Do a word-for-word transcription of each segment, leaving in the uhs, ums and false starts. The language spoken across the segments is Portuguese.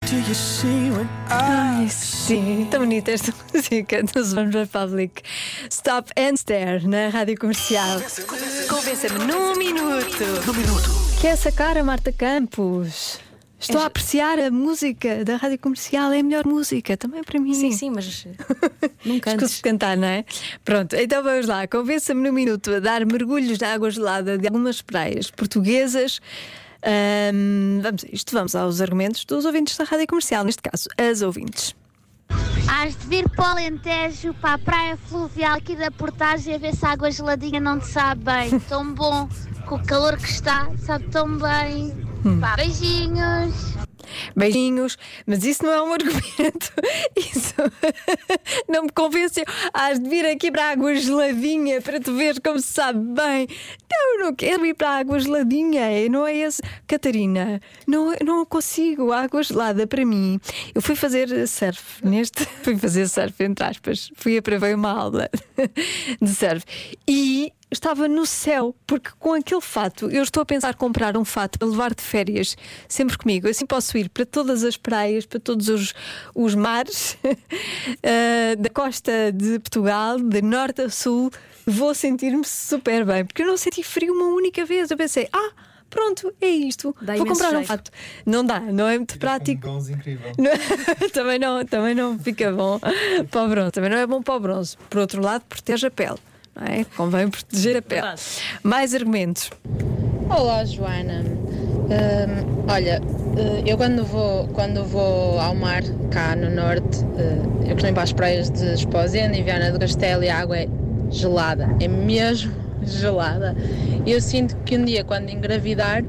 Ai, sim, tão bonita esta música dos One Republic. Stop and Stare na Rádio Comercial. Convença-me num minuto. Num minuto. Que é essa cara, Marta Campos? Estou É- a apreciar a música da Rádio Comercial, é a melhor música, também para mim. Sim, sim, mas nunca Escuso antes. de cantar, não é? Pronto, então vamos lá. Convença-me num minuto a dar mergulhos na água gelada de algumas praias portuguesas. Ahm, vamos a isto, vamos aos argumentos dos ouvintes da Rádio Comercial, neste caso, as ouvintes. Hás de vir para o Alentejo, para a praia fluvial aqui da Portagem, a ver se a água geladinha não te sabe bem. Tão bom, com o calor que está, sabe tão bem. Pá, beijinhos. Beijinhos, mas isso não é um argumento. Isso não me convenceu. Hás de vir aqui para a água geladinha para tu veres como se sabe bem. Não, eu não quero ir para a água geladinha. Não é esse. Catarina, não, não consigo. A água gelada para mim. Eu fui fazer surf neste. Fui fazer surf, entre aspas. Fui a prever uma aula de surf. E estava no céu, porque com aquele fato, eu estou a pensar comprar um fato para levar de férias sempre comigo. Assim posso ir para todas as praias, para todos os, os mares uh, da costa de Portugal, de norte a sul. Vou sentir-me super bem, porque eu não senti frio uma única vez. Eu pensei, ah, pronto, é isto. Dá Vou imenso comprar um jeito. fato. Não dá, não é muito prático. Um bronze incrível. Não, também, não, também não fica bom para o bronze. Também não é bom para o bronze. Por outro lado, protege a pele. Não é? Convém proteger a pele. Verdade. Mais argumentos. Olá, Joana. Hum, olha, eh, eu quando vou, quando vou ao mar, cá no norte, eh, eu costumo ir para as praias de Esposende e Viana do Castelo e a água é gelada, é mesmo gelada. E eu sinto que um dia, quando engravidar,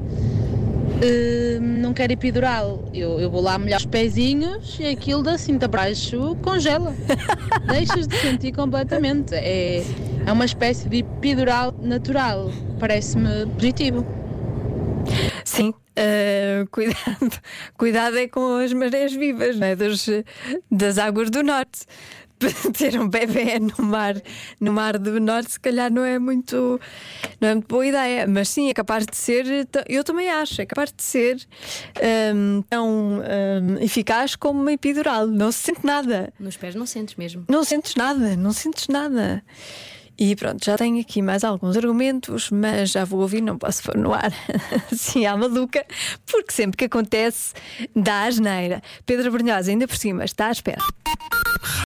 eh, não quero epidural. Eu, eu vou lá molhar os pezinhos e aquilo da cinta para baixo congela. Deixas de sentir completamente. É, é uma espécie de epidural natural. Parece-me positivo. Sim, uh, cuidado. Cuidado é com as marés vivas, não é? Dos, das águas do norte. Ter um bebê no mar, no mar do norte, se calhar não é muito, não é muito boa ideia. Mas sim, é capaz de ser, eu também acho, é capaz de ser um, tão um, eficaz como uma epidural. Não se sente nada. Nos pés não sentes mesmo. Não sentes nada, não sentes nada. E pronto, já tenho aqui mais alguns argumentos, mas já vou ouvir, não posso pôr no ar assim à maluca, porque sempre que acontece dá asneira. Pedro Brunhosa, ainda por cima, está à espera.